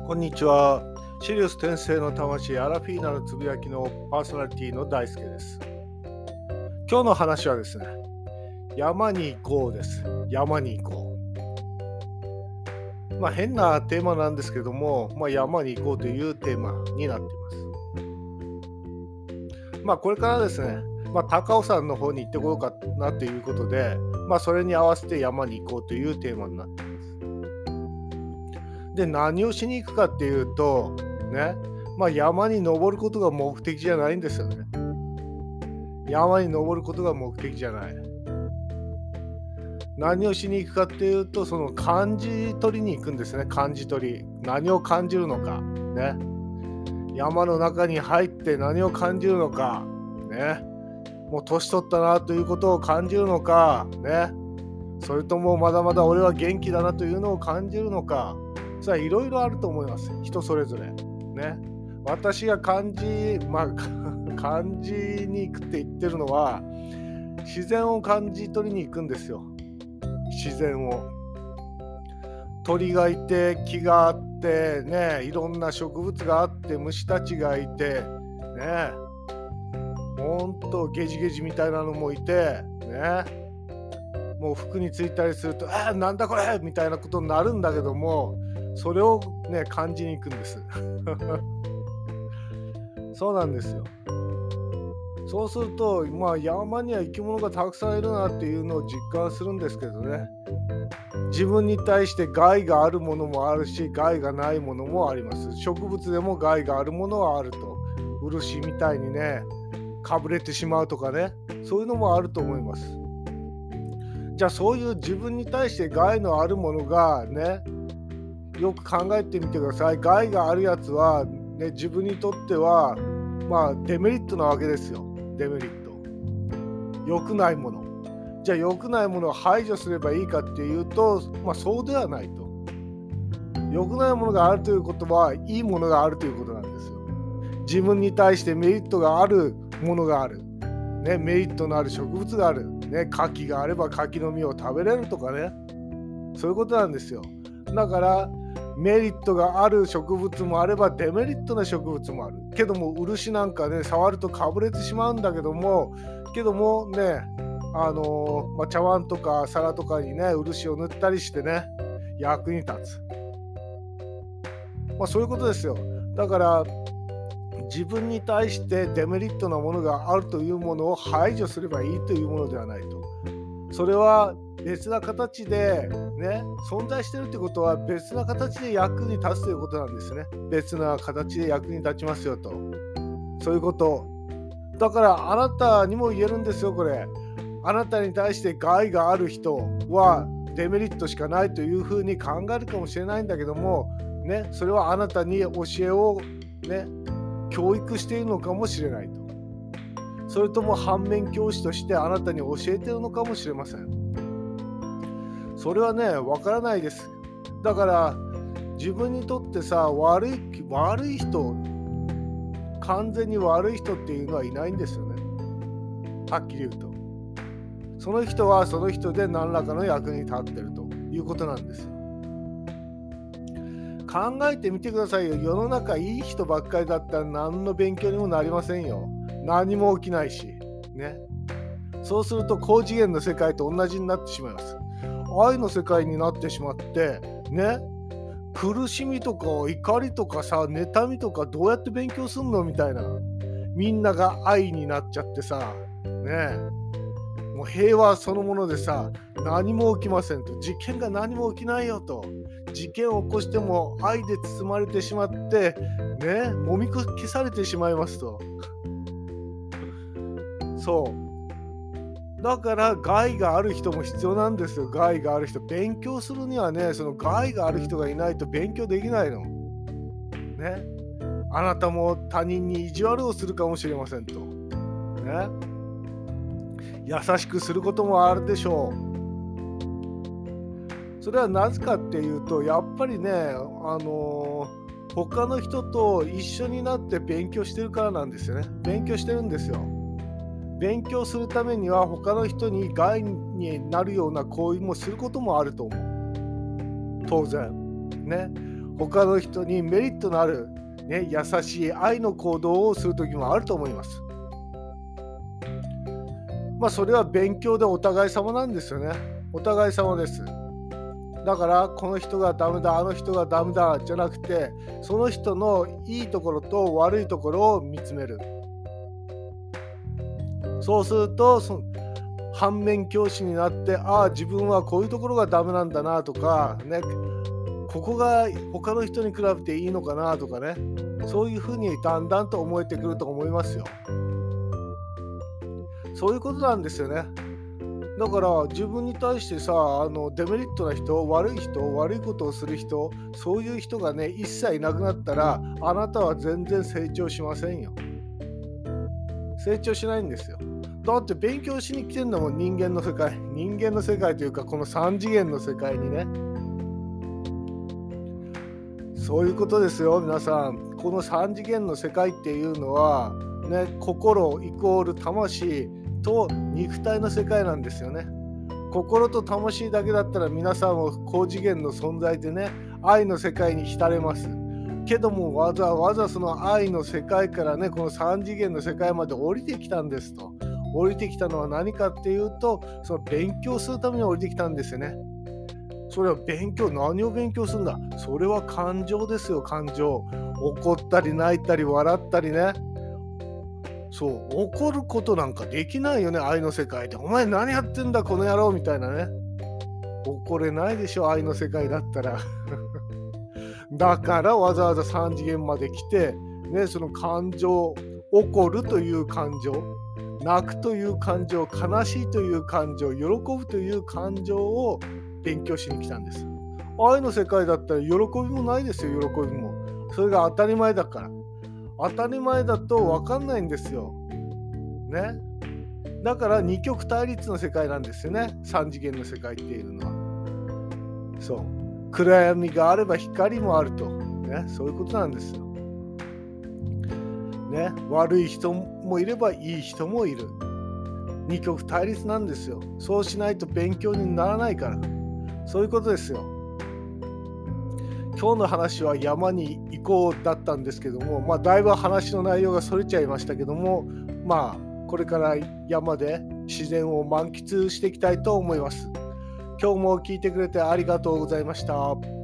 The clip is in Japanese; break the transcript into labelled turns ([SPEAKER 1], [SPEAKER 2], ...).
[SPEAKER 1] こんにちは。シリウス転生の魂アラフィーナのつぶやきのパーソナリティの大輔です。今日の話はですね、山に行こうです。山に行こう。変なテーマなんですけども、山に行こうというテーマになっています。これからですね、高尾山の方に行ってこようかなということで、それに合わせて山に行こうというテーマになっています。で、何をしに行くかっていうと、ね、山に登ることが目的じゃないんですよね。山に登ることが目的じゃない。何をしに行くかっていうと、その感じ取りに行くんですね。感じ取り。何を感じるのか。ね。山の中に入って何を感じるのか。ね。もう年取ったなということを感じるのか。ね。それともまだまだ俺は元気だなというのを感じるのか。それはいろいろあると思います。人それぞれ。ね。私が感じに行くって言ってるのは、自然を感じ取りに行くんですよ。自然を。鳥がいて、木があってね、いろんな植物があって、虫たちがいて、ね、ほんとゲジゲジみたいなのもいて、ね、もう服についたりすると、なんだこれみたいなことになるんだけども、それをね、感じに行くんです。そうなんですよ。そうすると、山には生き物がたくさんいるなっていうのを実感するんですけどね。自分に対して害があるものもあるし、害がないものもあります。植物でも害があるものはあると。漆みたいにね、かぶれてしまうとかね、そういうのもあると思います。じゃあそういう自分に対して害のあるものがね、よく考えてみてください。害があるやつは、ね、自分にとってはデメリットなわけですよ。デメリット。良くないもの。じゃあ良くないものを排除すればいいかっていうと、そうではないと。良くないものがあるということは、いいものがあるということなんですよ。自分に対してメリットがあるものがある。ね、メリットのある植物がある。ね、柿があれば柿の実を食べれるとかね。そういうことなんですよ。だからメリットがある植物もあればデメリットな植物もあるけども、漆なんかね、触るとかぶれてしまうんだけどもね、茶碗とか皿とかにね、漆を塗ったりしてね、役に立つ。そういうことですよ。だから自分に対してデメリットなものがあるというものを排除すればいいというものではないと。それは別な形でね、存在してるってことは別な形で役に立つということなんですね。別な形で役に立ちますよと。そういうこと。だからあなたにも言えるんですよ、これ。あなたに対して害がある人はデメリットしかないというふうに考えるかもしれないんだけども、ね、それはあなたに教えをね、教育しているのかもしれないと。それとも反面教師としてあなたに教えているのかもしれません。それはね、わからないです。だから自分にとってさ、悪い人、完全に悪い人っていうのはいないんですよね。はっきり言うと。その人はその人で何らかの役に立ってるということなんですよ。考えてみてくださいよ。世の中いい人ばっかりだったら何の勉強にもなりませんよ。何も起きないし。ね。そうすると高次元の世界と同じになってしまいます。愛の世界になってしまってね、苦しみとか怒りとかさ、妬みとかどうやって勉強すんのみたいな、みんなが愛になっちゃってさね、もう平和そのものでさ、何も起きませんと。事件が何も起きないよと。事件を起こしても愛で包まれてしまってね、もみ消されてしまいますと。そうだから害がある人も必要なんですよ。害がある人。勉強するにはね、その害がある人がいないと勉強できないの。ね。あなたも他人に意地悪をするかもしれませんと。ね。優しくすることもあるでしょう。それはなぜかっていうと、やっぱりね、他の人と一緒になって勉強してるからなんですよね。勉強してるんですよ。勉強するためには他の人に害になるような行為もすることもあると思う。当然。ね。 他の人にメリットのある、優しい愛の行動をする時もあると思います。それは勉強でお互い様なんですよね。お互い様です。だからこの人がダメだ、あの人がダメだじゃなくて、その人のいいところと悪いところを見つめる。そうすると反面教師になって、自分はこういうところがダメなんだなとかね、ここが他の人に比べていいのかなとかね、そういうふうにだんだんと思えてくると思いますよ。そういうことなんですよね。だから自分に対してさ、デメリットな人、悪いことをする人、そういう人がね、一切いなくなったら、あなたは全然成長しませんよ。成長しないんですよ。だって勉強しに来てんだもん、人間の世界というか、この3次元の世界にね。そういうことですよ、皆さん。この3次元の世界っていうのはね、心イコール魂と肉体の世界なんですよね。心と魂だけだったら皆さんも高次元の存在でね、愛の世界に浸れます。けどもわざわざその愛の世界からね、この3次元の世界まで降りてきたんですと。降りてきたのは何かっていうと、その勉強するために降りてきたんですよね。それは何を勉強するんだ。それは感情ですよ、感情。怒ったり泣いたり笑ったりね。怒ることなんかできないよね、愛の世界で。お前何やってんだこの野郎みたいなね。怒れないでしょ、愛の世界だったら。だからわざわざ3次元まで来て、ね、その感情、怒るという感情、泣くという感情、悲しいという感情、喜ぶという感情を勉強しに来たんです。愛の世界だったら喜びもないですよ、喜びも。それが当たり前だから。当たり前だと分かんないんですよ。ね。だから二極対立の世界なんですよね。3次元の世界っていうのは。暗闇があれば光もあると。ね。そういうことなんですよ。ね。悪い人もいればいい人もいる。二極対立なんですよ。そうしないと勉強にならないから。そういうことですよ。今日の話は山に行こうだったんですけども、だいぶ話の内容がそれちゃいましたけども、これから山で自然を満喫していきたいと思います。今日も聞いてくれてありがとうございました。